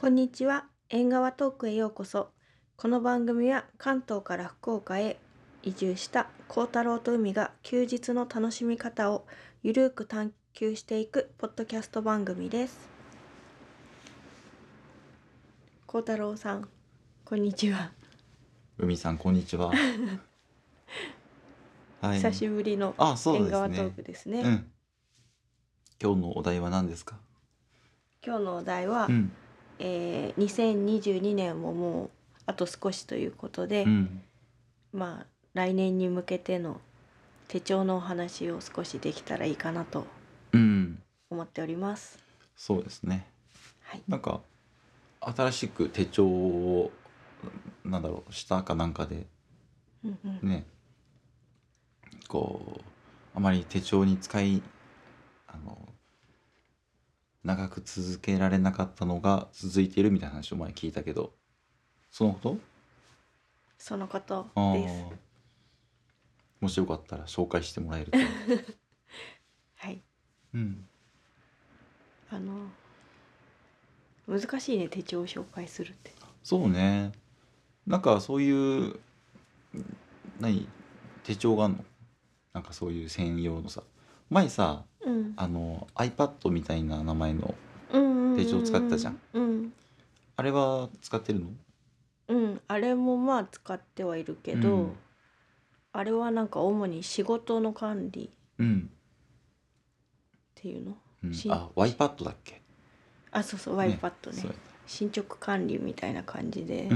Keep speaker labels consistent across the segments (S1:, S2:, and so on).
S1: こんにちは。縁側トークへようこそ。この番組は関東から福岡へ移住した幸太郎と海が休日の楽しみ方をゆるーく探求していくポッドキャスト番組です。幸太郎さん、こんにちは。
S2: 海さん、こんにちは。は
S1: 久
S2: い。
S1: しぶりの
S2: そう
S1: 縁側トー
S2: ですね。
S1: クですね。
S2: うん。今日のお題は何ですか？
S1: 今日のお題は、
S2: うん。
S1: 2022年ももうあと少しということで、
S2: うん。
S1: 来年に向けての手帳のお話を少しできたらいいかなと
S2: うん。
S1: 思っております。
S2: そうですね。
S1: はい。
S2: なんか、新しく手帳を、したかなんかで、
S1: うんうん。
S2: ね、あまり手帳にあの、長く続けられなかったのが続いているみたいな話を前に聞いたけど、そのこと
S1: そのこと
S2: あ
S1: です。
S2: あ、もしよかったら紹介してもらえると。
S1: はい。
S2: うん。
S1: あの、難しいね、手帳を紹介するって。
S2: そうね。なんかそういう、何、手帳があんの？なんかそういう専用のさ、前さ、
S1: うん。
S2: iPad みたいな名前の
S1: うんうん
S2: 手帳使ってたじゃん。
S1: うんうん。
S2: あれは使ってるの？
S1: うん。あれもまあ使ってはいるけど、
S2: うん。
S1: あれはなんか主に仕事の管理っ
S2: うん。
S1: ていうの
S2: うん。
S1: しん
S2: あ、iPad だっけ？
S1: あ、そうそう、
S2: ね。
S1: iPad ね。
S2: そうやね。
S1: 進捗管理みたいな感じで。
S2: うん。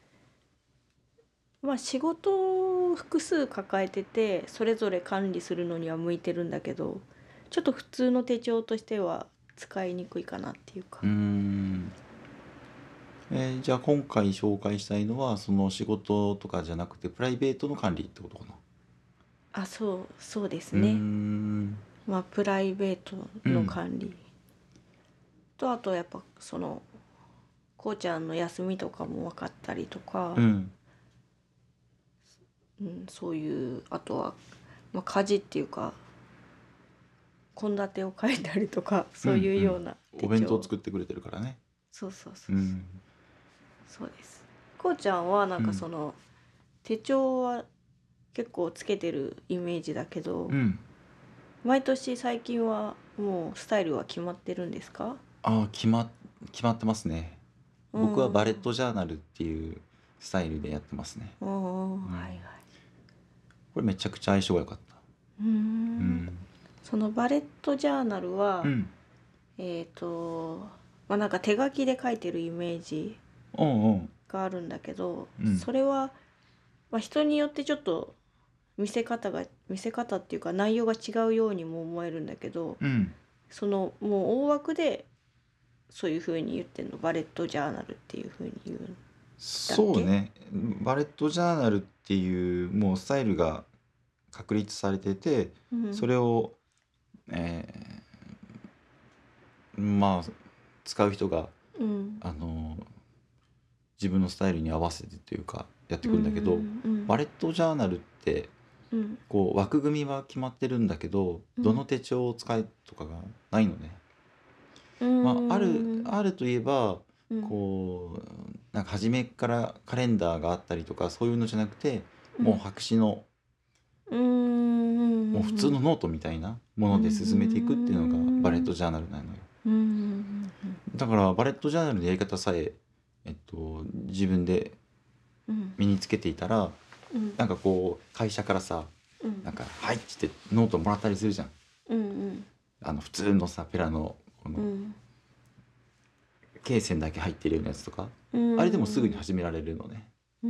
S1: まあ仕事を複数抱えててそれぞれ管理するのには向いてるんだけど、ちょっと普通の手帳としては使いにくいかなっていうか。
S2: うーん。じゃあ今回紹介したいのは、その仕事とかじゃなくて、プライベートの管理ってことかな。
S1: あ、そうです
S2: うー
S1: ね。
S2: ん。
S1: まあプライベートの
S2: うん。
S1: 管理と、あとやっぱそのこうちゃんの休みとかも分かったりとか、
S2: うん。
S1: うん、そういうあとは、家事っていうか献立を書いたりとか、
S2: うん。
S1: そういう
S2: うん。
S1: ような
S2: お弁当
S1: 手帳。
S2: 作ってくれてるからね。
S1: そうそうそうそう。
S2: うん。
S1: そうです。こうちゃんはなんかそ
S2: うん。
S1: の手帳は結構つけてるイメージだけど、
S2: うん。
S1: 毎年最近はもうスタイルは決まってるんですか？
S2: ああ、決まってますね。
S1: う
S2: 僕はバレッ
S1: ん。
S2: トジャーナルっていうスタイルでやってますね。
S1: うん、
S2: うん。
S1: はいはい。
S2: これめちゃくちゃ相性が良かった。
S1: うーん。
S2: うん。
S1: そのバレットジャーナルは
S2: うん。
S1: えっとなんか手書きで書いてるイメージ
S2: うんうん。
S1: があるんだけど、
S2: うん。
S1: それは、人によってちょっと見せ方っていうか内容が違うようにも思えるんだけど、
S2: うん。
S1: そのもう大枠でそういう風に言ってんの、バレットジャーナルっていう風に言うんだっけ？
S2: そうね。バレットジャーナルっていうもうスタイルが確立されてて、
S1: うん。
S2: それを、えまあ、使う人が、
S1: うん。
S2: あの、自分のスタイルに合わせてというか、やって
S1: う
S2: くんだけど、
S1: ん。うん。
S2: バレットジャーナルって、
S1: うん。
S2: 枠組みは決まってるんだけど、
S1: うん。
S2: どの手帳を使えとかがないのね。
S1: う
S2: まあ、
S1: ん。
S2: あるといえば、
S1: うん。
S2: なんか初めからカレンダーがあったりとか、そういうのじゃなくて、もう
S1: うん。
S2: 白紙の、
S1: うん。
S2: もう普通のノートみたいなも
S1: う
S2: ので進めていくっていうのがバレッ
S1: ん。
S2: トジャーナルなのよ。
S1: うん。
S2: だからバレットジャーナルのやり方さえ、自分で
S1: うん。
S2: 身につけていたら、
S1: うん。
S2: なんか会社からさ、
S1: うん。
S2: なんか、はいって言ってノートもらったりするじゃん。
S1: うん。
S2: 普通のさ、ペラの、
S1: うん。
S2: 罫線だけ入ってるようなやつとか、
S1: う
S2: あれでもすぐに
S1: ん。
S2: 始められるのね。
S1: うん。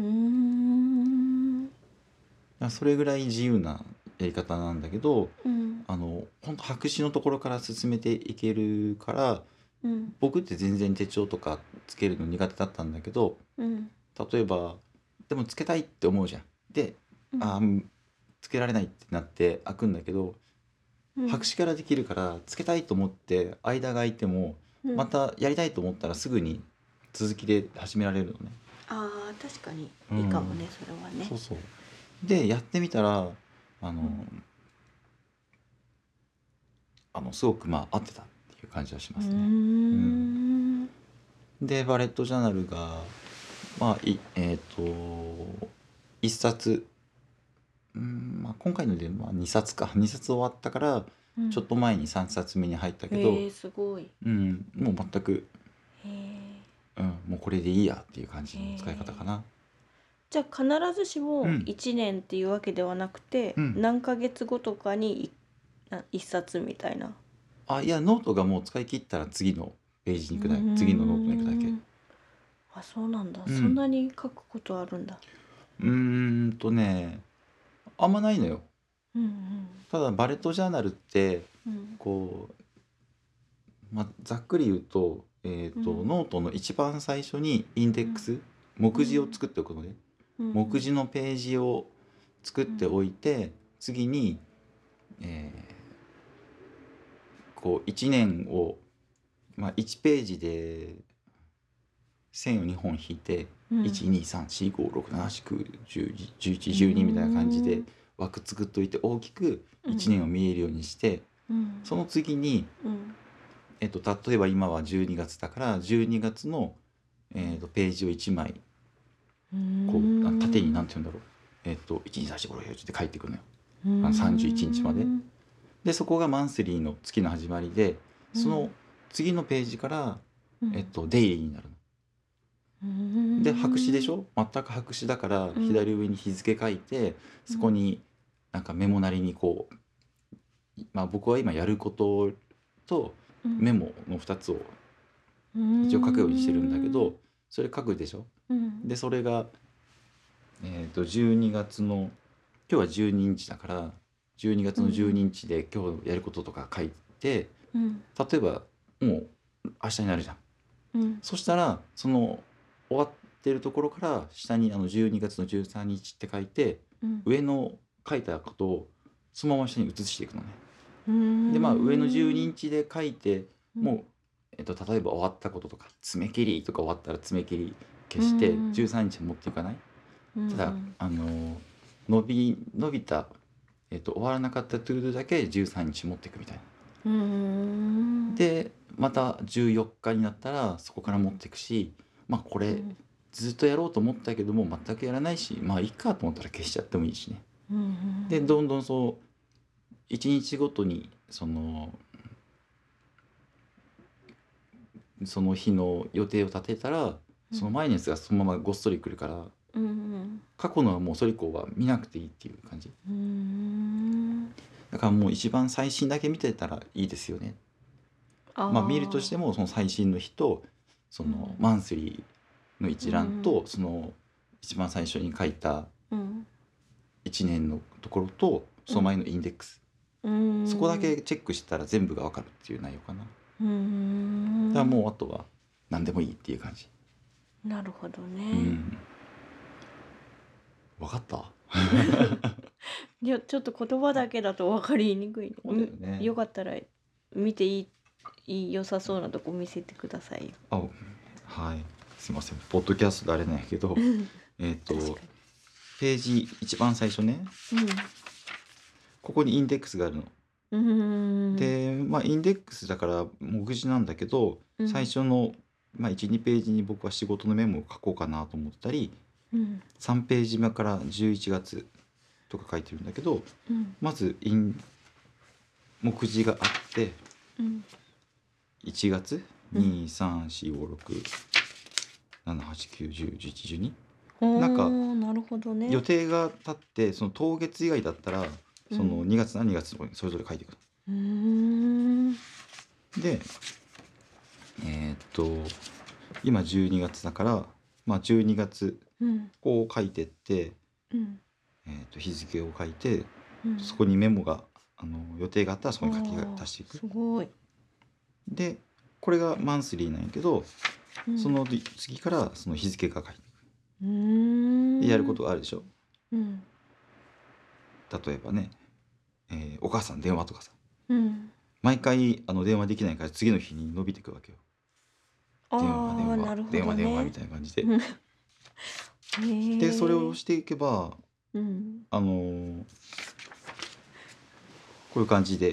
S2: それぐらい自由なやり方なんだけど、
S1: うん。
S2: ほんと白紙のところから進めていけるから、
S1: うん。
S2: 僕って全然手帳とかつけるの苦手だったんだけど、
S1: うん。
S2: 例えば、でもつけたいって思うじゃん。で、
S1: うん。
S2: あーつけられないってなって開くんだけど、
S1: うん。
S2: 白紙からできるからつけたいと思って間が空いても、
S1: うん。
S2: またやりたいと思ったらすぐに続きで始められるのね。
S1: ああ、確かに
S2: うん。
S1: いいかもね、それはね。
S2: そうそう。で、やってみたら、あの、
S1: うん。
S2: すごくまあ合ってたっていう感じはし
S1: うー
S2: ますね。うん。
S1: ん。
S2: でバレットジャーナルがまあ1冊、まあ、今回ので2冊か2冊終わったからちょっと前に3冊目に入ったけど、
S1: すごい。
S2: もう全く、
S1: へ
S2: もうこれでいいやっていう感じの使い方かな。
S1: じゃあ必ずしも1年っていうわけではなくて、何ヶ月後とかに1冊みたいな。
S2: いやノートがもう使い切ったら次のページに行くだけ、次のノートに行くだけ。
S1: あ、そうなんだ。そんなに書くことあるんだ。
S2: あんまないのよ。ただバレットジャーナルってこう、ざっくり言うと、ノートの一番最初にインデックス、目次を作っておくのね。目次のページを作っておいて、次に、こう1年を、1ページで線を2本引いて、123456789101112みたいな感じで枠作っといて大きく1年を見えるようにして、その次に、例えば今は12月だから12月の、ページを1枚こう縦に何て言うんだろう、1234567って書いていくのよ、31日まで。でそこがマンスリーの月の始まりで、その次のページから、デイリーになるの。で白紙でしょ、全く白紙だから左上に日付書いて、そこになんかメモなりにこう、僕は今やることとメモの2つを一応書くようにしてるんだけど、それ書くでしょ。でそれが、12月の今日は12日だから12月の12日で今日やることとか書いて、例えばもう明日になるじゃん。そしたらその終わってるところから下に12月の13日って書いて、上の書いたことをそのまま下に移していくのね。で上の12日で書いて、もう、例えば終わったこととか爪切りとか終わったら爪切り消して13日持っていかない。ただ伸びた、終わらなかったトゥードゥだけ13日持っていくみたいな。でまた14日になったらそこから持っていくし、これずっとやろうと思ったけども全くやらないし、いいかと思ったら消しちゃってもいいしね。でどんどんそう1日ごとにその日の予定を立てたら、その前のやつがそのままごっそりくるから、過去のはもうそれ以降は見なくていいっていう感じ。だからもう一番最新だけ見てたらいいですよね。見るとしてもその最新の日とそのマンスリーの一覧と、その一番最初に書いた1年のところとその前のインデックス、そこだけチェックしたら全部が分かるっていう内容かな。だからもうあとは何でもいいっていう感じ。
S1: なるほどね。
S2: 分かった？
S1: いやちょっと言葉だけだと分かりにくい。
S2: そうだよね。
S1: よかったら見て良さそうなとこ見せてくださいよ。
S2: はい、すいません、ポッドキャストであれなんやけどページ一番最初ね、ここにインデックスがあるの。でインデックスだから目次なんだけど、最初の、12ページに僕は仕事のメモを書こうかなと思ったり、3ページ目から11月とか書いてるんだけど、まず目次があって、1月2345678910112、なんか
S1: なるほどね。
S2: 予定が立って、その当月以外だったらその2月何月とかにそれぞれ書いていく。で今12月だから12月こう書いてって、日付を書いて、そこにメモが予定があったらそこに書き足していく。
S1: すごい。
S2: でこれがマンスリーなんやけど、その次からその日付が書いていく。でやることがあるでしょ。例えばね、お母さん電話とかさ、毎回電話できないから次の日に伸びていくわけよ。電話みたいな感じで。でそれをしていけば、こういう感じで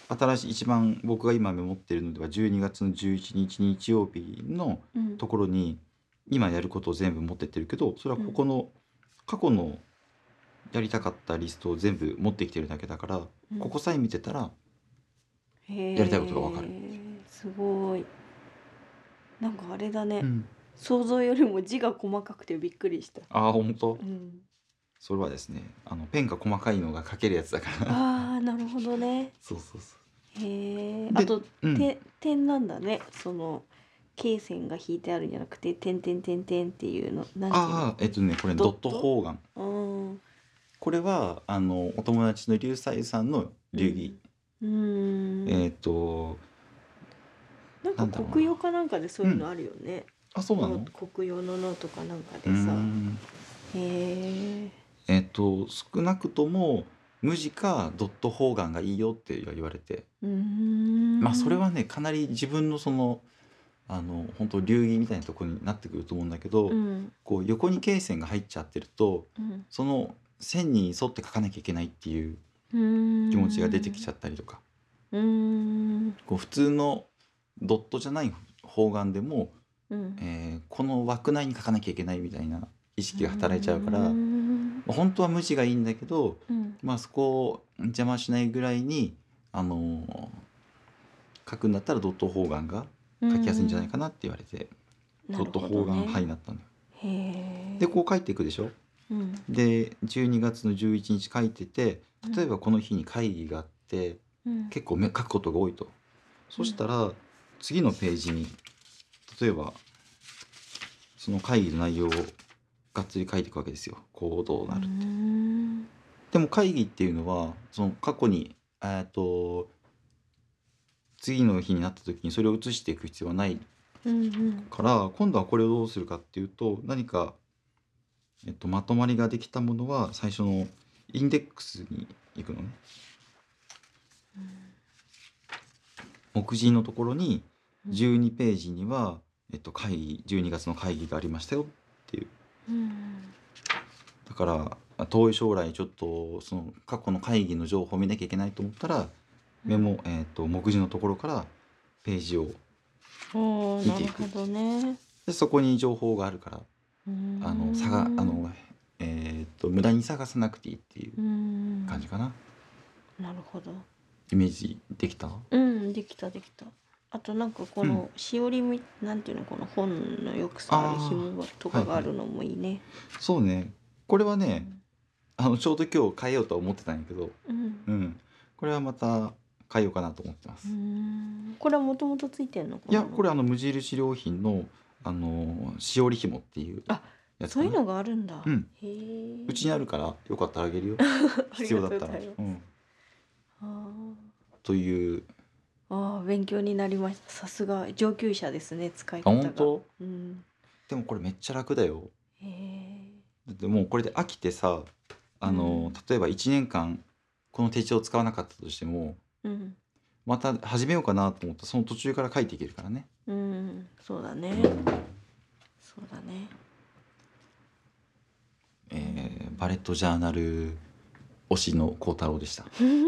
S2: 新しい一番僕が今メモってるのでは12月の11日日曜日のところに今やることを全部持ってってるけど、それはここの過去のやりたかったリストを全部持ってきてるだけだから、ここさえ見てたらやりたいことがわかる。
S1: すごい。なんかあれだね。
S2: うん、
S1: 想像よりも字が細かくてびっくりした。
S2: ああ本当、
S1: うん。
S2: それはですねペンが細かいのが書けるやつだから
S1: ああ、なるほどね。
S2: そうそうそ
S1: へえ。
S2: うで、
S1: あと、
S2: うん、
S1: 点なんだね。その、罫線が引いてあるんじゃなくて、点点点点っていうの、なんていうの？
S2: ああこれドット方眼。
S1: うん。
S2: これはお友達の龍斎さんの流儀。えっと
S1: なんか
S2: なんだろうな。
S1: 国用かなんかでそういうのあるよね。
S2: あ、そうなの？
S1: 国用のノートかなんか
S2: う
S1: でさ。
S2: ん。
S1: へ
S2: 少なくとも無地かドット方眼がいいよって言われて、
S1: え。
S2: まあそれはねかなり自分のその本当流儀みたいなところになってくると思うんだけど、こう横に罫線が入っちゃってると、その線に沿って書かなきゃいけないっていう気持ちが出てきちゃったりとか、こう普通のドットじゃない方眼でも、この枠内に書かなきゃいけないみたいな意識が働いちゃうから、本当は無地がいいんだけど、まあそこを邪魔しないぐらいに書くんだったらドット方眼が書きやすいんじゃないかなって言われて、ドット方眼派になったのよ。でこう書いていくでしょ。で12月の11日書いてて、例えばこの日に会議があって、結構書くことが多いと。そしたら次のページに例えばその会議の内容をがっつり書いていくわけですよ。こうどうなるって。でも会議っていうのはその過去に次の日になった時にそれを移していく必要はないから、今度はこれをどうするかっていうと、何か、まとまりができたものは最初のインデックスに行くのね。目次のところに12ページには、会議12月の会議がありましたよっていう。だから遠い将来ちょっとその過去の会議の情報を見なきゃいけないと思ったら、目次のところからページを見ていく。
S1: なるほどね。
S2: でそこに情報があるから無駄に探さなくていいっていう感じかな。
S1: なるほど。
S2: イメージできた？
S1: できたできた。あとなんかこのしおりなんていうの、この本のよくさ紐とかがあるのもいいね。
S2: そうね。これはね、ちょうど今日変えようとは思ってたんやけど、これはまた変えようかなと思ってます。
S1: これはもともとついてんの？
S2: いや、これ無印良品のしおり紐っていうやつかな。
S1: そういうのがあるんだ。
S2: へえ。うちにあるからよかったらあげるよ。必要だったら。という。
S1: 勉強になりました。さすが上級者ですね、使い方が。
S2: 本当？でもこれめっちゃ楽だよ。だってもうこれで飽きてさ、例えば1年間この手帳を使わなかったとしても、また始めようかなと思ったらその途中から書いていけるからね。
S1: そうだね。そうだね。
S2: バレットジャーナル推しの幸太郎でした。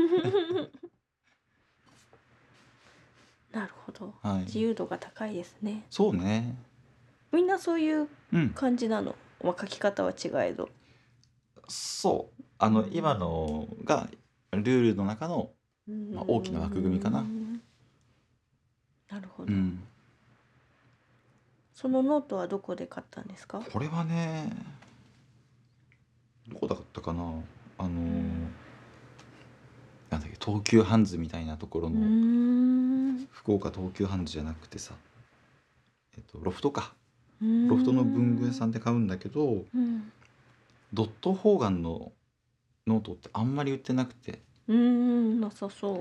S1: なるほど、
S2: 自
S1: 由度が高いですね。
S2: そうね。
S1: みんなそういう感じなの、書き方は違えど。
S2: そう今のがルールの中の、大きな枠組みかな。
S1: なるほど、そのノートはどこで買ったんですか？
S2: これはね、どこだったかな、なんだっけ、東急ハンズみたいなところの、福岡東急ハンズじゃなくてさ、ロフトか、ロフトの文具屋さんで買うんだけど、ドット方眼のノートってあんまり売ってなくて、
S1: なさそう。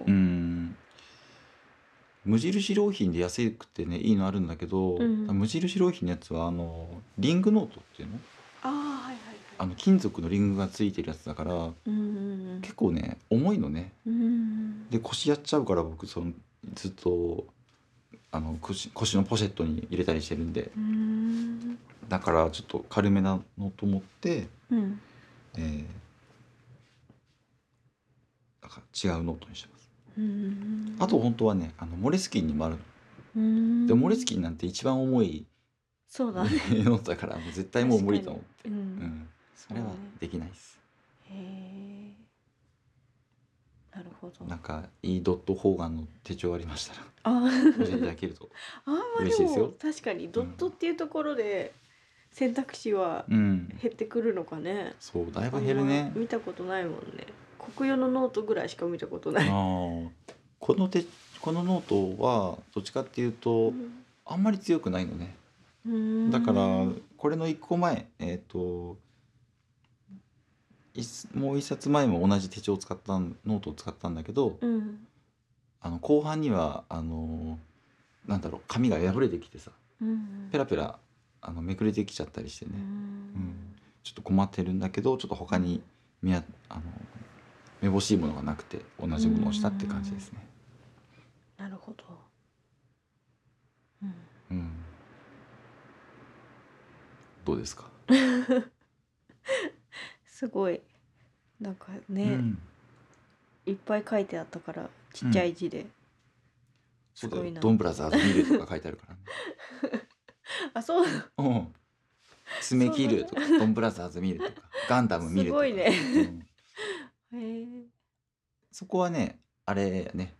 S2: 無印良品で安くてねいいのあるんだけど、無印良品のやつはリングノートっていうの、金属のリングがついてるやつだから、結構ね重いのね。で腰やっちゃうから、僕ずっと腰のポシェットに入れたりしてるんで、だからちょっと軽めなのと思って、だから違うノートにしてます。 あと本当はねモレスキンにもあるの。でモレスキンなんて一番重い
S1: そうだね。
S2: ノートだからもう絶対もう無理と思って、あれは
S1: そうね。
S2: できないです。
S1: へえ。なるほど。
S2: なんかいいドット方眼の手帳ありましたら
S1: あ
S2: 教えていただけると
S1: まあでも
S2: 嬉しいですよ。
S1: 確かにドットっていうところで選択肢は
S2: 減
S1: ってくるのかね。
S2: そうだいぶ減るね。
S1: 見たことないもんね。国用のノートぐらいしか見たことない。
S2: このノートはどっちかっていうとあんまり強くないのね。だからこれの1個前もう一冊前も同じ手帳を使ったノートを使ったんだけど、後半にはなんだろう紙が破れてきてさ、ペラペラめくれてきちゃったりしてね、ちょっと困ってるんだけどちょっと他にめぼしいものがなくて同じものをしたって感じですね。
S1: なるほど。
S2: どうですか？
S1: すごいなんかね、いっぱい書いてあったからちっちゃい字で、
S2: そうだよ。ドンブラザーズ見るとか書いてあるからね。
S1: あ、そうなの。
S2: 爪切るとかドンブラザーズ見るとかガンダム見るとか。
S1: すごいね。へえ。
S2: そこはねあれやね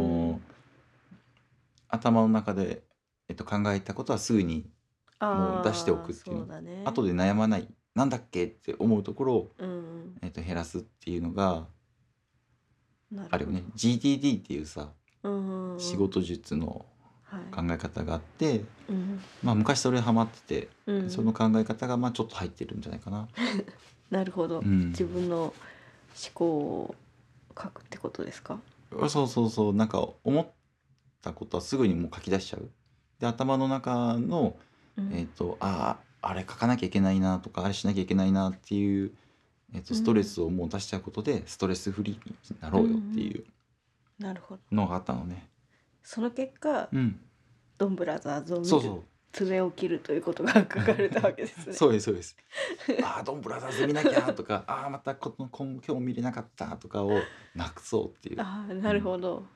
S2: 頭の中で、考えたことはすぐにもう出しておくっていうの、後で悩まないなんだっけって思うところを、減らすっていうのがあるよね。GTD っていうさ、仕事術の考え方があって、まあ昔それハマってて、その考え方がまあちょっと入ってるんじゃないかな。
S1: なるほど、自分の思考を書くってことですか？
S2: そうなんか思ったことはすぐにもう書き出しちゃう。で頭の中のあれ書かなきゃいけないなとかあれしなきゃいけないなっていう、ストレスをもう出しちゃうことでストレスフリーになろうよっていうのがあったのね。
S1: その結果、ドンブラザーズを見る、爪を切るということが書かれたわけですね。
S2: そうですドンブラザーズ見なきゃとかまた今日見れなかったとかをなくそうっていう。
S1: なるほど、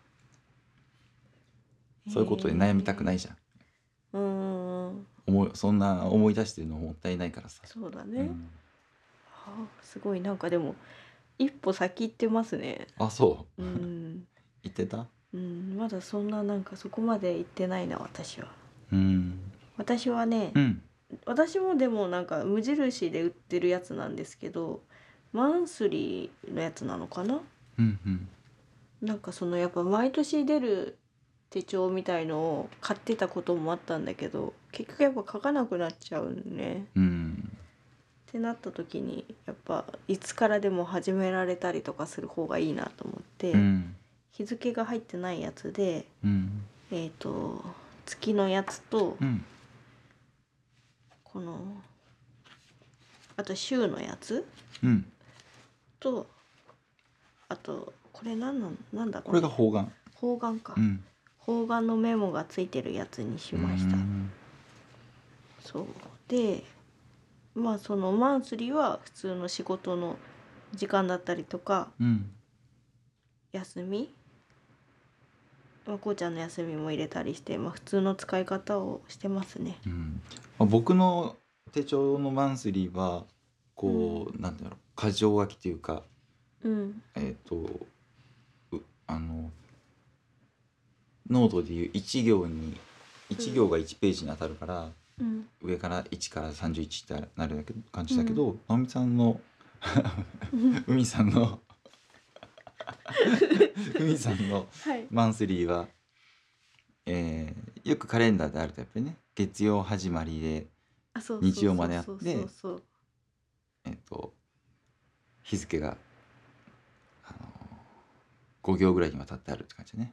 S2: そういうことで悩みたくないじゃん。そんな思い出してるのもったいないからさ。
S1: そうだね、すごいなんかでも一歩先行ってますね。
S2: そう行ってた？
S1: まだそんななんかそこまで行ってないな私は。私はね、私もでもなんか無印で売ってるやつなんですけどマンスリーのやつなのかな。なんかそのやっぱ毎年出る手帳みたいのを買ってたこともあったんだけど結局やっぱ書かなくなっちゃうんね。ってなった時にやっぱいつからでも始められたりとかする方がいいなと思って、日付が入ってないやつで、月のやつと、このあと週のやつ、とあとこれなんだ
S2: これが方眼。
S1: 方眼か、方眼のメモがついてるやつにしました。そうでまあそのマンスリーは普通の仕事の時間だったりとか、休み、こうちゃんの休みも入れたりして、普通の使い方をしてますね。
S2: 僕の手帳のマンスリーはこう、なんだろう箇条書きというか、ノートでいう1行が1ページに当たるから、上から1から31ってなる感じだけど、直美さんの海さんのマンスリーは、よくカレンダーであるとやっぱりね月曜始まりで日曜まであって日付が5行ぐらいにわたってあるって感じね。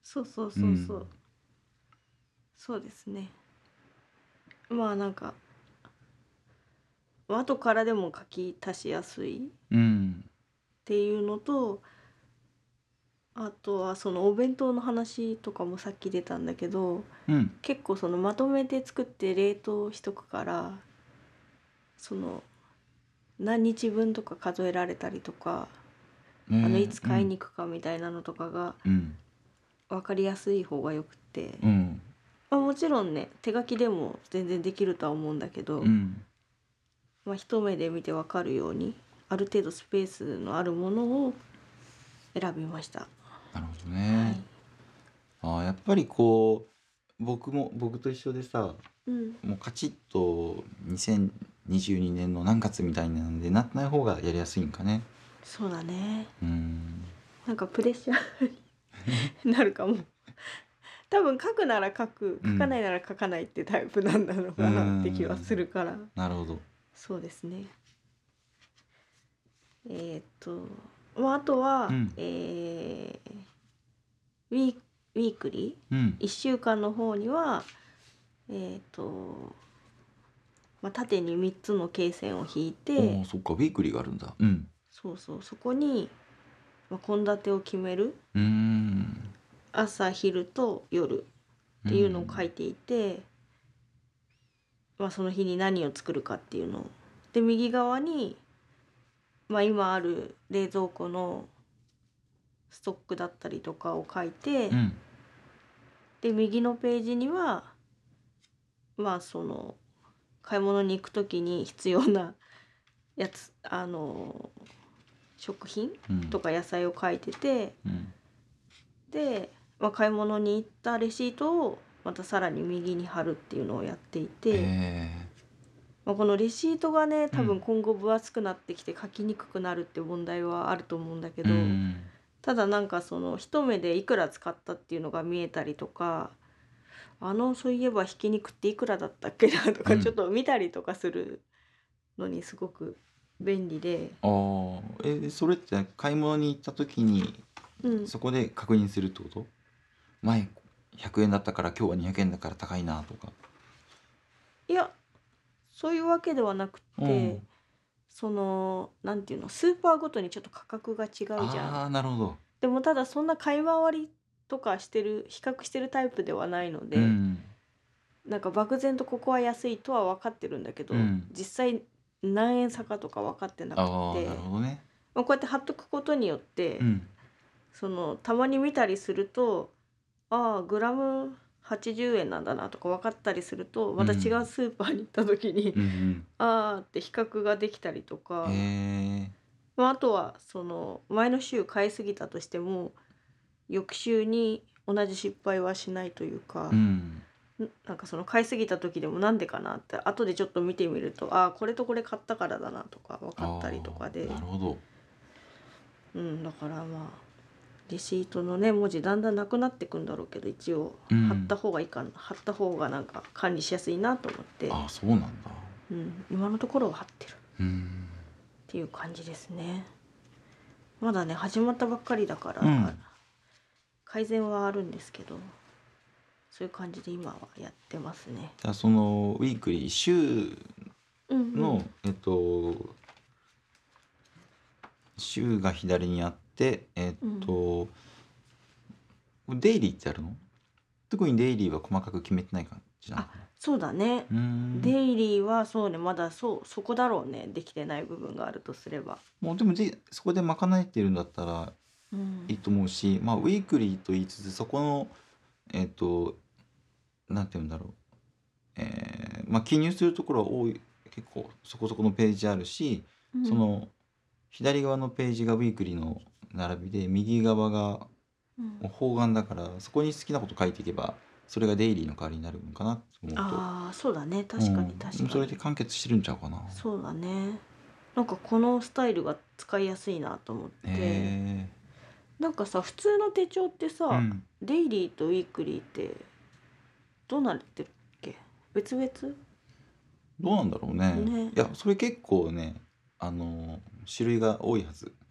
S1: そうですね。まあなんか後からでも書き足しやすいっていうのと、あとはそのお弁当の話とかもさっき出たんだけど、結構そのまとめて作って冷凍しとくからその何日分とか数えられたりとか、 いつ買いに行くかみたいなのとかが分かりやすい方がよくて、もちろんね手書きでも全然できるとは思うんだけど、一目で見て分かるようにある程度スペースのあるものを選びました。
S2: なるほどね。やっぱりこう僕と一緒でさ、もうカチッと2022年の何月みたいなのでなってない方がやりやすいんかね。
S1: そうだね。なんかプレッシャーになるかも。多分書くなら書く、書かないなら書かないってタイプなんだろうなって気はするから。
S2: なるほど。
S1: そうですね。あとは、ウィークリー、1週間の方には縦に3つの罫線を引いて、
S2: そっか、ウィークリーがあるんだ。
S1: そこに献立を決める、朝昼と夜っていうのを書いていて、その日に何を作るかっていうので、右側に、今ある冷蔵庫のストックだったりとかを書いて、で右のページにはその買い物に行く時に必要なやつ、食品とか野菜を書いてて、で、買い物に行ったレシートをまたさらに右に貼るっていうのをやっていて、このレシートがね多分今後分厚くなってきて書きにくくなるって問題はあると思うんだけど、ただなんかその一目でいくら使ったっていうのが見えたりとか、そういえばひき肉っていくらだったっけなとかちょっと見たりとかするのにすごく便利で。
S2: それって買い物に行った時にそこで確認するってこと？前100円だったから今日は200円だから高いなとか。
S1: いや、そういうわけではなくて、なんていうの、スーパーごとにちょっと価格が違うじゃん。
S2: なるほど。
S1: でもただそんな買い回りとか比較してるタイプではないので、なんか漠然とここは安いとは分かってるんだけど、実際何円差かとか分かってなくて、
S2: なるほどね。
S1: こうやって貼っとくことによって、たまに見たりすると、グラム80円なんだなとか分かったりすると、また違うスーパーに行った時に、って比較ができたりとか、あとは前の週買いすぎたとしても翌週に同じ失敗はしないというか、なんか買いすぎた時でもなんでかなって後でちょっと見てみると、これとこれ買ったからだなとか分かったりとかで、
S2: なるほど。
S1: だからレシートのね文字だんだんなくなってくんだろうけど、一応貼った方がいいかな、貼った方がなんか管理しやすいなと思って、
S2: そうなんだ。
S1: 今のところは貼ってるっていう感じですね。まだね始まったばっかりだから、改善はあるんですけど、そういう感じで今はやってますね。
S2: じゃあそのウィークリー週の、週が左にあって、デイリーってあるの？特にデイリーは細かく決めてない感じなのかな？
S1: そうだね。デイリーはそうね、まだそこだろうね、できてない部分があるとすれば。
S2: もうでもそこで賄えてるんだったらいいと思うし、ウィークリーと言いつつそこのなんて言うんだろう、記入するところは結構そこそこのページあるし、その左側のページがウィークリーの並びで右側が方眼だから、そこに好きなこと書いていけばそれがデイリーの代わりになるのかなと思うと、
S1: そうだね、確かに確かに。
S2: それで完結してるんちゃうかな。
S1: そうだね。なんかこのスタイルが使いやすいなと思って。なんかさ、普通の手帳ってさ、デイリーとウィークリーってどうなってるっけ？別々？
S2: どうなんだろうね。いや、それ結構ね、種類が多いはず。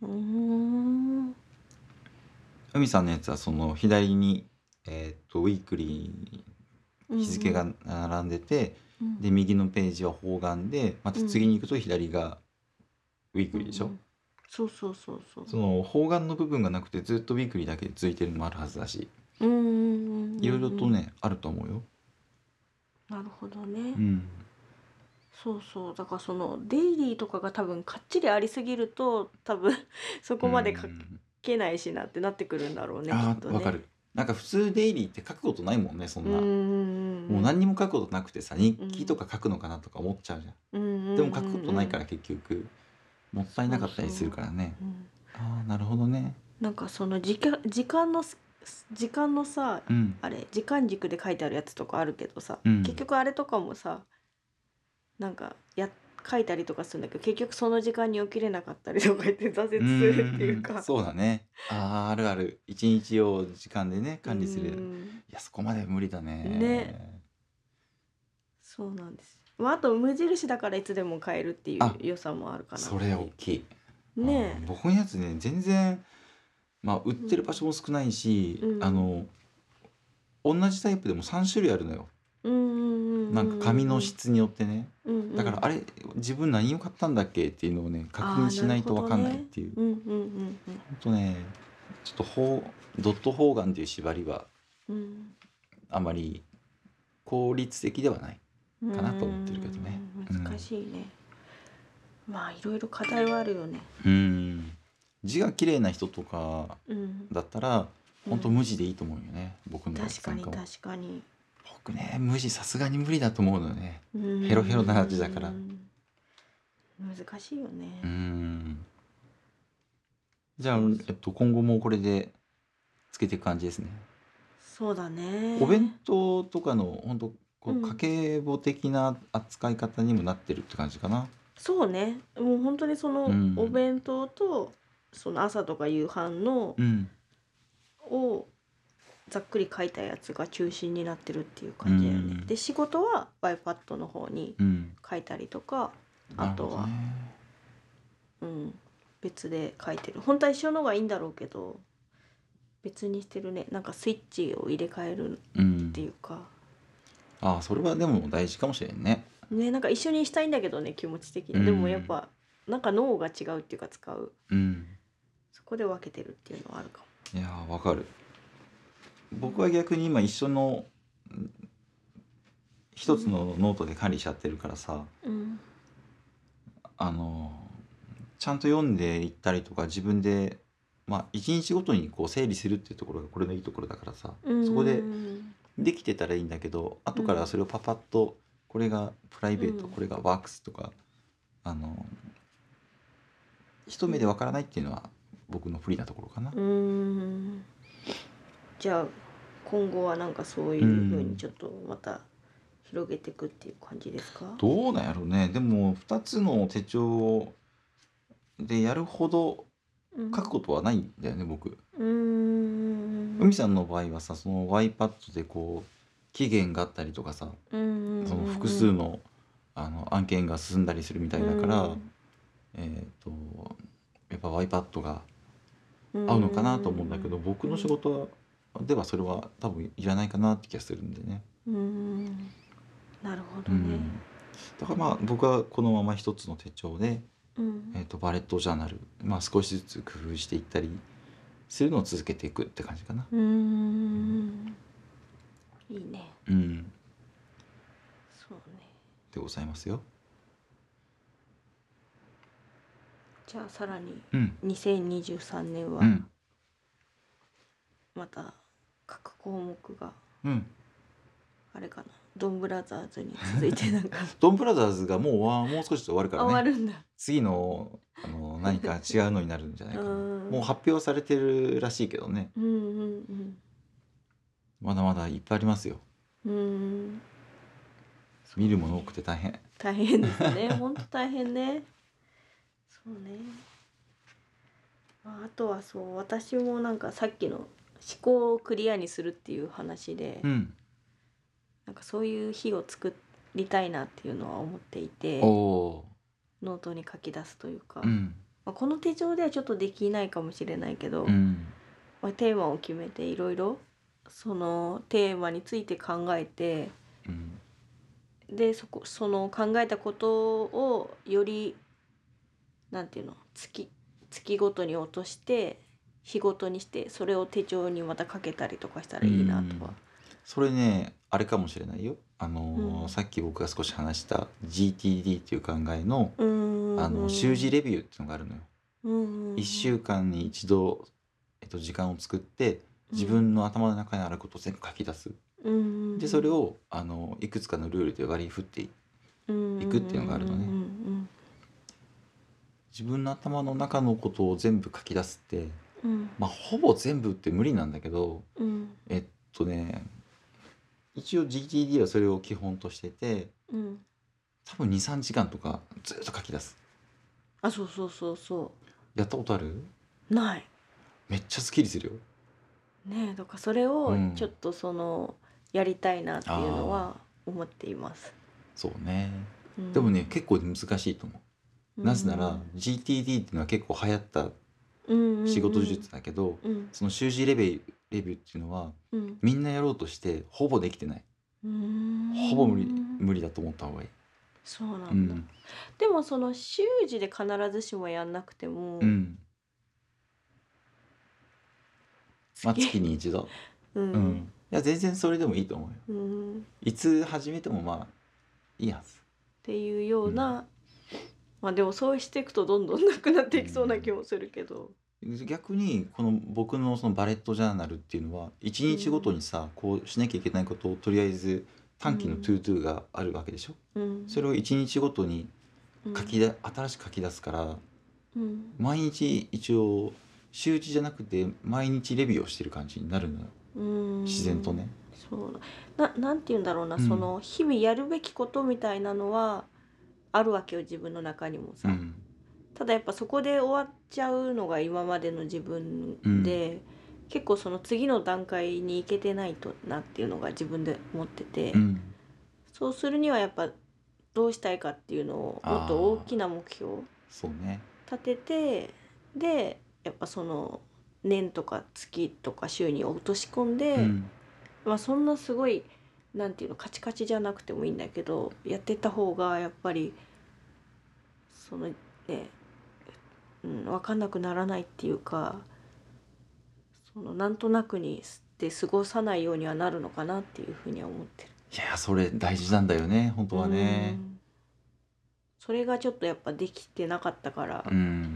S2: 海さんのやつはその左に、ウィークリー日付が並んでて、で右のページは方眼で、また次に行くと左がウィークリーでしょ。
S1: そう。
S2: その方眼の部分がなくてずっとウィークリーだけで続いてるのもあるはずだし、いろいろとねあると思うよ。
S1: なるほどね。 そうそう。だからそのデイリーとかが多分かっちりありすぎると、多分そ
S2: う
S1: こまで書
S2: ん。
S1: けないしなってなってくるんだろうね、きっとね。
S2: わかる。なんか普通デイリーって書くことないもんね、そん
S1: うんうん
S2: な。もう
S1: うん
S2: 何にも書くことなくてさ、日
S1: うん。
S2: 記とか書くのかなとか思っちゃうじゃん。
S1: うんうんうん
S2: でも書くこと
S1: うん。
S2: ないから結局、もったいな
S1: そう
S2: かったりする
S1: そ
S2: からね。
S1: う。うん。
S2: ああ、なるほどね。
S1: なんかその時間のさ、
S2: うん。
S1: あれ、時間軸で書いてあるやつとかあるけどさ、結
S2: うん。
S1: 局あれとかもさ、なんか書いたりとかするんだけど、結局その時間に起きれなかったりとか言って挫
S2: う
S1: 折するっていう
S2: ーん、
S1: か。
S2: そうだね。ああ、あるある。一日を時間でね、
S1: うー
S2: 管理する。
S1: ん。
S2: いや、そこまで無理だ
S1: ね、
S2: ね。
S1: そうなんです。まあ、あと無印だからいつでも買えるっていう
S2: あ、
S1: 良さもあるかなっ
S2: それ
S1: ていう。
S2: 大きい。あー、
S1: ね
S2: 僕のやつね、全然、まあ、売っ
S1: え。う
S2: てる場所
S1: ん。
S2: も少ないし、
S1: うん。
S2: 同じタイプでも3種類あるのよ。
S1: うんうんうん
S2: なんか
S1: うん
S2: 紙
S1: うん
S2: の質によってね。
S1: うん。うんうん。
S2: だからあれ、自分何を買ったんだっけっていうのをね、確
S1: ああ、
S2: 認し
S1: なるほ
S2: ないとわかんないっ
S1: どね。
S2: ていう。
S1: うんうんうん
S2: ほんとね、ちょっとドット方眼っていう縛りは
S1: うん。
S2: あまり効率的ではない
S1: うん。うー
S2: かなと思ってるけどね。
S1: ん、
S2: うん。
S1: 難しいね。まあ、いろいろ課題はあるよね。
S2: うーん。字が綺麗な人とか
S1: うん。
S2: だったら、ほんと
S1: うん。
S2: 無地でいいと思うよね。僕のや
S1: 確かに
S2: つなんかも。
S1: 確かに。
S2: 僕ね、無地さすがに無理だと思うのよね。
S1: うー
S2: ヘロヘロな字だから。
S1: ん。難しいよ
S2: うー
S1: ね。
S2: ん。じゃあ、
S1: そうそう。
S2: 今後もこれでつけていく感じですね。
S1: そうだ
S2: お弁
S1: ね。
S2: 当とかのほんと、こう家
S1: うん。
S2: 計簿的な扱い方にもなってるって感じかな。
S1: そうね。もう本当にそ
S2: う
S1: のお
S2: ん。
S1: 弁当と、その朝とか夕飯の
S2: うん。
S1: をざっくり書いたやつが中心になってるっていう
S2: う
S1: 感じだよね。
S2: ん。
S1: で、仕事は iPad の方に
S2: うん。
S1: 書いたりとか、あ
S2: なるほどね。
S1: とは、うん、別で書いてる。本当は一緒のがいいんだろうけど、別にしてるね。なんかスイッチを入れ替えるっ
S2: うん。
S1: ていうか。
S2: ああ、それはでも大事かもしれんね。
S1: ね、なんか一緒にしたいんだけどね、気持ち的に
S2: う
S1: は。でもやっ
S2: ん。
S1: ぱ、なんか脳が違うっていうか使う。
S2: うん。
S1: そこで分けてるっていうのはあるか
S2: いやー、わかる。僕
S1: も。
S2: は逆に今一緒の
S1: うん。
S2: 一つのノートで管理しちゃってるからさ、
S1: うん。
S2: あのちゃんと読んでいったりとか自分で、まあ一日ごとにこう整理するっていうところがこれのいいところだからさ、
S1: う
S2: そこで
S1: ん。
S2: できてたらいいんだけど、後から
S1: うん。
S2: それをパパッと、これがプライベート、
S1: うん。
S2: これがワークスとか、あの一目でわからないっていうのは僕の不利なところかな。
S1: うん。じゃあ今後はなんかそう
S2: う
S1: いう風に
S2: ん。
S1: ちょっとまた広げていくっていう感じですか？
S2: どうなんやろうね。でも2つの手帳でやるほど書く
S1: うん。
S2: ことはないんだよね、僕。
S1: うーん。
S2: 海さんの場合はさ、その iPad でこう期限があったりとかさ、
S1: うん
S2: その複
S1: うん
S2: 数の、案件が進んだりするみた
S1: う
S2: いだから、
S1: ん
S2: えっと、やっぱ iPad が
S1: うん
S2: 合うのかなと思うんだけど、僕の仕
S1: うん
S2: 事ではそれは多分いらないかなって気がするんでね。
S1: うん。なるほどね。
S2: うん。だからまあ僕はこのまま一つの手帳で、
S1: うん。
S2: バレットジャーナル、まあ少しずつ工夫していったりするのを続けていくって感じかな。
S1: うーん。いいね。
S2: うん。
S1: そうね。
S2: でございますよ。
S1: じゃあさらに
S2: うん。
S1: 2023年は
S2: うん。
S1: また各項目が
S2: うん。
S1: あれかな。ドンブラザーズに続いてなんか
S2: ドンブラザーズがもう少しで終わるか
S1: あ、
S2: らね。
S1: 終わるんだ。
S2: 次の、何か違うのになるんじゃな
S1: う
S2: いかな。
S1: ーん。
S2: もう発表されてるらしいけどね。
S1: うんうん
S2: まだまだいっぱいありますよ。
S1: うん。うーん。そう
S2: 見るもの多
S1: ね。
S2: くて大変。
S1: 大変ですね。ほんと大変ね。そうね。まあ、あとはそう、私もなんかさっきの思考をクリアにするっていう話で、
S2: うん。
S1: なんかそういう日を作りたいなっていうのは思ってい
S2: お
S1: て、
S2: お
S1: ノートに書き出すというか、
S2: ー。うん。
S1: まあ、この手帳ではちょっとできないかもしれないけど、
S2: うん。
S1: まあ、テーマを決めていろいろそのテーマについて考えて、
S2: うん。
S1: でその考えたことをよりなんていうの月ごとに落として日ごとにしてそれを手帳にまた書けたりとかした
S2: う
S1: らいいなとは。
S2: ん。それね、 あれかもしれないよ。さっき僕が少し話した GTD っていう考えの、習字レビューっていうのがあるのよ。1週間に1度、時間を作って自分の頭の中にあることを全部書き出す。でそれをいくつかのルールで割り振っていくっていうのがあるのね。自分の頭の中のことを全部書き出すって、ほぼ全部って無理なんだけど、一応 GTD はそれを基本としてて、多分 2,3 時間とかずっと書き出す。
S1: そう。
S2: やったことある？
S1: ない。
S2: めっちゃスッキリするよ。
S1: ねえ、だからそれをちょっとやりたいなっていうのは思っています。
S2: そうね。でもね、結構難しいと思う。なぜなら GTD っていうのは結構流行った仕事術だけど、その習字レビューっていうのは、みんなやろうとしてほぼできてない。ほぼ無理だと思った方がいい。
S1: そうなんだ。でもその習字で必ずしもやんなくても、
S2: 月に一度。いや全然それでもいいと思うよ。いつ始めてもまあいいはず。
S1: っていうような、でもそうしていくとどんどんなくなっていきそうな気もするけど。
S2: 逆にこの僕のそのバレットジャーナルっていうのは1日ごとにさ、こうしなきゃいけないことをとりあえず短期のトゥートゥーがあるわけでしょ。それを1日ごとに新しく書き出すから、毎日一応週知じゃなくて毎日レビューをしてる感じになるのよ。自然とね。
S1: そうなんて言うんだろうな、その日々やるべきことみたいなのはあるわけよ、自分の中にもさ。ただやっぱそこで終わっちゃうのが今までの自分で、結構その次の段階に行けてないとなっていうのが自分で思ってて、そうするにはやっぱどうしたいかっていうのをもっと大きな目標を立てて、でやっぱその年とか月とか週に落とし込んで、そんなすごいなんていうのカチカチじゃなくてもいいんだけどやってった方がやっぱりそのね、分かんなくならないっていうか、そのなんとなくにして過ごさないようにはなるのかなっていうふうには思ってる。
S2: いやそれ大事なんだよね本当はね。
S1: それがちょっとやっぱできてなかったから。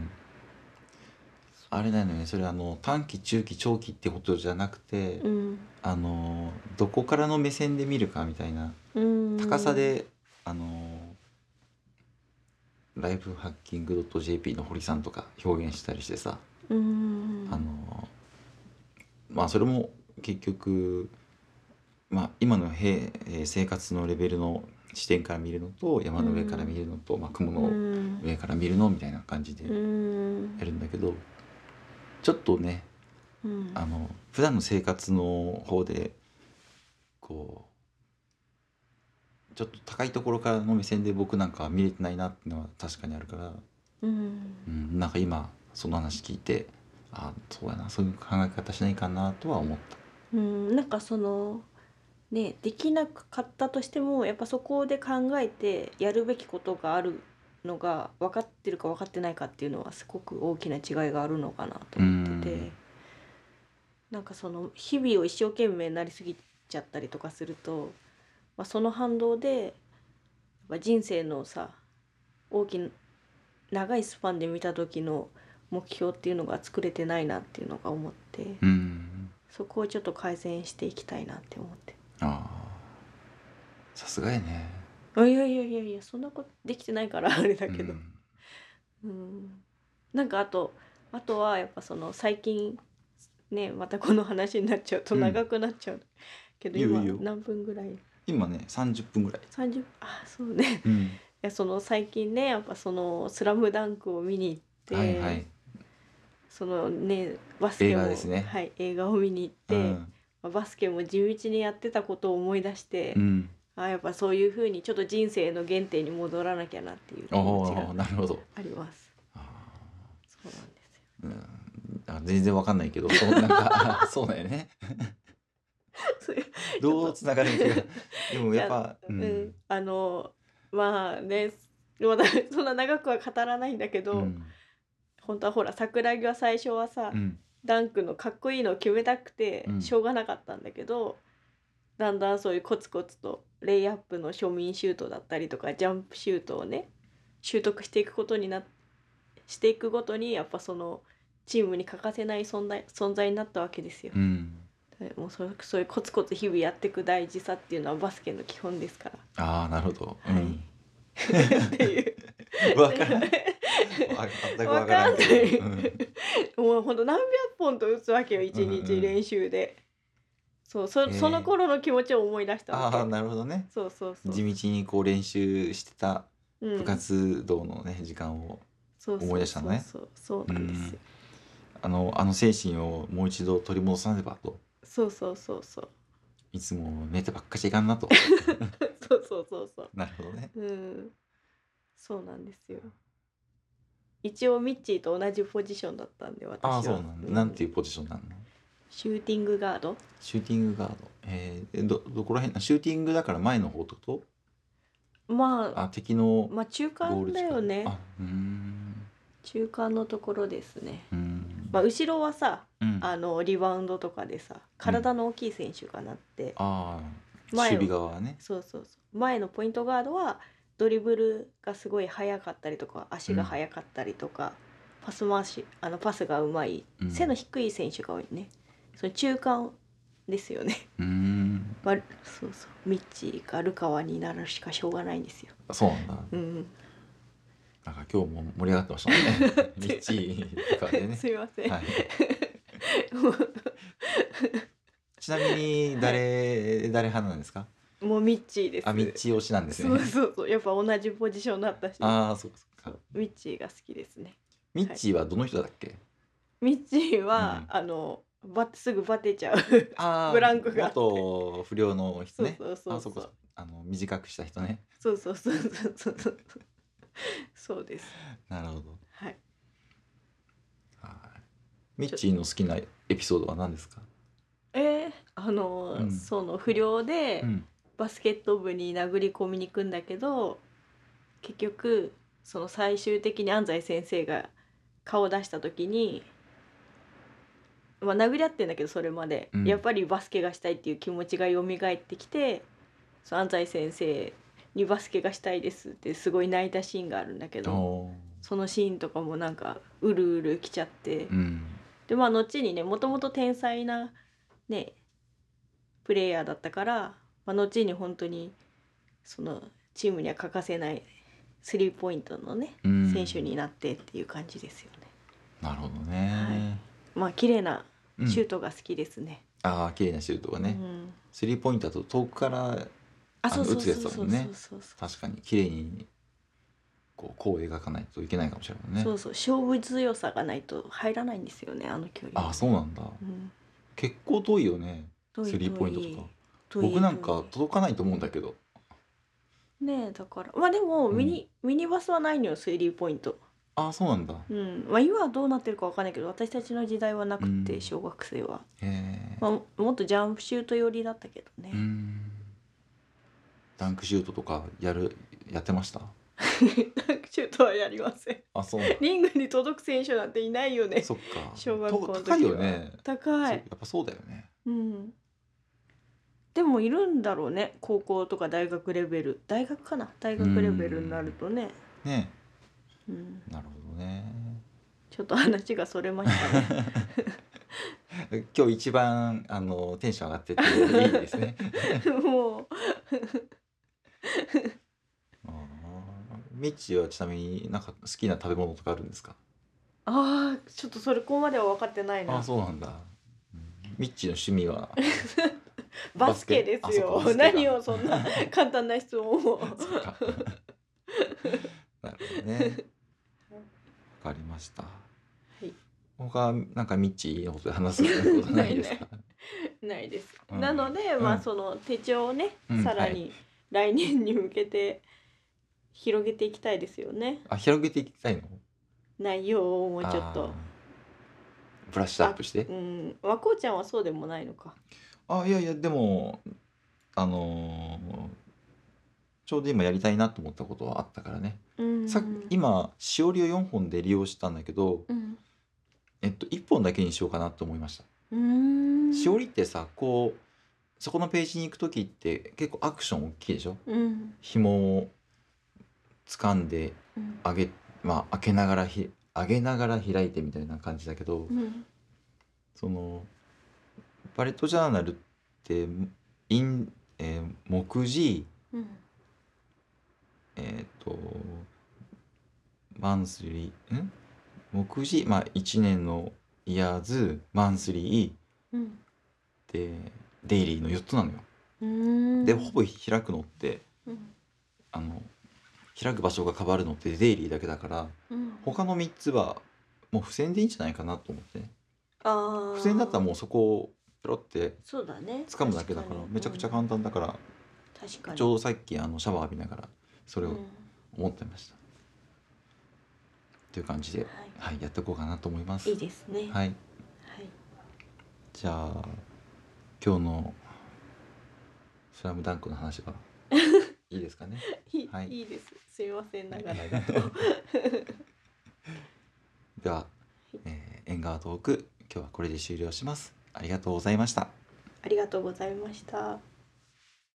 S2: あれだよね、それ短期中期長期ってことじゃなくて、どこからの目線で見るかみたいな、高さでライフハッキング .jp の堀さんとか表現したりしてさ、それも結局今の生活のレベルの視点から見るのと山の上から見るのと、雲の上から見るのみたいな感じでやるんだけど、ちょっとね、普段の生活の方でこうちょっと高いところからの目線で僕なんかは見れてないなっていうのは確かにあるから、なんか今その話聞いてそうやな、そういう考え方しないかなとは思った。
S1: なんかそのね、できなかったとしてもやっぱそこで考えてやるべきことがあるのが分かってるか分かってないかっていうのはすごく大きな違いがあるのかなと思ってて、なんかその日々を一生懸命なりすぎちゃったりとかすると、その反動でやっぱ人生のさ大きな長いスパンで見た時の目標っていうのが作れてないなっていうのが思って、そこをちょっと改善していきたいなって思って。
S2: さすがやね。
S1: いやそんなことできてないからあれだけど、なんかあとはやっぱその最近ね、またこの話になっちゃうと長くなっちゃうけど、今何分ぐらい？
S2: 今ね30分ぐらい。
S1: そうね。いやその最近ね、やっぱそのスラムダンクを見に行って、そのねバスケも映画を見に行って、バスケも地道にやってたことを思い出して、やっぱそういう風にちょっと人生の原点に戻らなきゃなっていう気持ちがあります。そうなんですよ。
S2: 全然わかんないけど、なんかそうだよね。どうつながるのか。でもやっぱ
S1: まあね、そんな長くは語らないんだけど、本当はほら桜木は最初はさ、ダンクのかっこいいのを決めたくてしょうがなかったんだけど、 だんだんそういうコツコツとレイアップの庶民シュートだったりとかジャンプシュートをね習得していくごとにやっぱそのチームに欠かせない存在になったわけですよ。もうそういうコツコツ日々やっていく大事さっていうのはバスケの基本ですから。
S2: ああ、なるほど。
S1: はい。っていう。
S2: わからん。全くわからんけ
S1: ど。もうほんと何百本と打つわけよ、一日練習で。その頃の気持ちを思い出したわけ。
S2: ああ、なるほどね。
S1: そうそうそう。
S2: 地道にこう練習してた部活動のね、時間を思い出したのね。
S1: そうなんですよ。
S2: あの精神をもう一度取り戻さねばと。
S1: そう。
S2: いつも寝てばっかしいかんなと。
S1: そう。
S2: なるほどね。
S1: そうなんですよ。一応ミッチーと同じポジションだったんで私は。
S2: ああ、そうなんだ。なんていうポジションなの？
S1: シューティングガード。
S2: シューティングガード。どこら辺？シューティングだから前の方ってこと？
S1: まあ
S2: 敵の
S1: まあ中間だよね。中間のところですね。まあ後ろはさ、リバウンドとかでさ体の大きい選手がなって、
S2: 守備側はね。
S1: そう前のポイントガードはドリブルがすごい速かったりとか足が速かったりとか、パスがうまい、背の低い選手が多いね。その中間ですよね。そうミッチーかルカワになるしかしょうがないんですよ。
S2: そうなんだ。なんか今日も盛り上がってましたもんね。ミッチーとかでね。
S1: すいません。
S2: ちなみに誰派なんですか？
S1: もうミッチーです。
S2: ミッチー推しなんですね。
S1: そうやっぱ同じポジションだったし。
S2: そうか。
S1: ミッチーが好きですね。
S2: ミッチーはどの人だっけ？
S1: ミッチーは、すぐバテちゃうブランクがあって。
S2: 元不良の人ね。
S1: そう
S2: 短くした人ね。
S1: そうそうです。
S2: なるほど。
S1: はい。
S2: ミッチーの好きなエピソードは何ですか？
S1: その不良でバスケット部に殴り込みに行くんだけど、結局その最終的に安西先生が顔を出した時に、殴り合ってんだけどそれまで、やっぱりバスケがしたいっていう気持ちが蘇ってきて、その安西先生にバスケがしたいですってすごい泣いたシーンがあるんだけど、そのシーンとかもなんかうるうるきちゃって、で後にねもともと天才なねプレイヤーだったから、後に本当にそのチームには欠かせないスリーポイントのね、選手になってっていう感じですよね。
S2: なるほどね。
S1: 綺麗なシュートが好きですね。
S2: 綺麗なシュートがね。スリーポイントだと遠くから打つやつだもんね。確かに綺麗にこう描かないといけないかもしれないね。
S1: 勝負強さがないと入らないんですよね、あの距離。
S2: そうなんだ。結構遠いよね。スリーポイントとか。僕なんか届かないと思うんだけど。
S1: ねえ、だからでもミニバスはないのよ、スリーポイント。
S2: そうなんだ。
S1: 今はどうなってるかわかんないけど、私たちの時代はなくて、小学生は。もっとジャンプシュート寄りだったけどね。
S2: ダンクシュートとかやってました？
S1: ダンクシュートはやりません。
S2: そう。
S1: リングに届く選手なんていないよね。
S2: そっか。
S1: 小学校の時は。
S2: 高いよね。
S1: 高い。
S2: やっぱそうだよね。
S1: でもいるんだろうね、高校とか大学レベル。大学かな、大学レベルになるとね。
S2: なるほどね。
S1: ちょっと話がそれましたね。
S2: 今日一番テンション上がってていいですね。
S1: もう
S2: ミッチーはちなみになんか好きな食べ物とかあるんですか？
S1: ちょっとそれここまでは分かってないな。
S2: そうなんだ。ミッチーの趣味は
S1: バスケですよ。何をそんな簡単な質問を。
S2: なるほどね。わかりました。他なんかミッチーのことで話すことないですか？
S1: ないです。なのでその手帳をね、さらに来年に向けて広げていきたいですよね。
S2: 広げていきたいの？
S1: 内容をもうちょっと
S2: ブラッシュアップして。
S1: 和光ちゃんはそうでもないのか。
S2: いやでもちょうど今やりたいなと思ったことはあったからね。今しおりを4本で利用したんだけど、1本だけにしようかなと思いました。しおりってさこうそこのページに行く時って結構アクション大きいでしょ。
S1: うん
S2: 紐を掴んで
S1: うん
S2: 開けながら上げながら開いてみたいな感じだけど、
S1: うん
S2: そのバレットジャーナルってイン、目次、
S1: うん
S2: えっとマンスリー目次、1年のイヤーズマンスリ
S1: うん
S2: ーでデイリーの4つなのよ。
S1: うん
S2: でほぼ開くのって
S1: うん
S2: あの開く場所が変わるのってデイリーだけだから、
S1: うん
S2: 他の3つはもう付箋でいいんじゃないかなと思ってね。
S1: あ
S2: 付箋だったら
S1: あ
S2: もうそこをペロって
S1: そうだね
S2: 掴むだけだからめちゃくちゃ簡単だから、
S1: 確かに
S2: ちょうどさっきシャワー浴びながらそれを
S1: うん
S2: 思ってました。という感じで、
S1: は
S2: はい、やっていこうかなと思います。
S1: いいですね
S2: はい、
S1: はい
S2: じゃあ今日のスラムダンクの話はいいですかね。はい
S1: いいですすみませんながらだと
S2: では、縁側トーク今日はこれで終了します。ありがとうございました。
S1: ありがとうございました。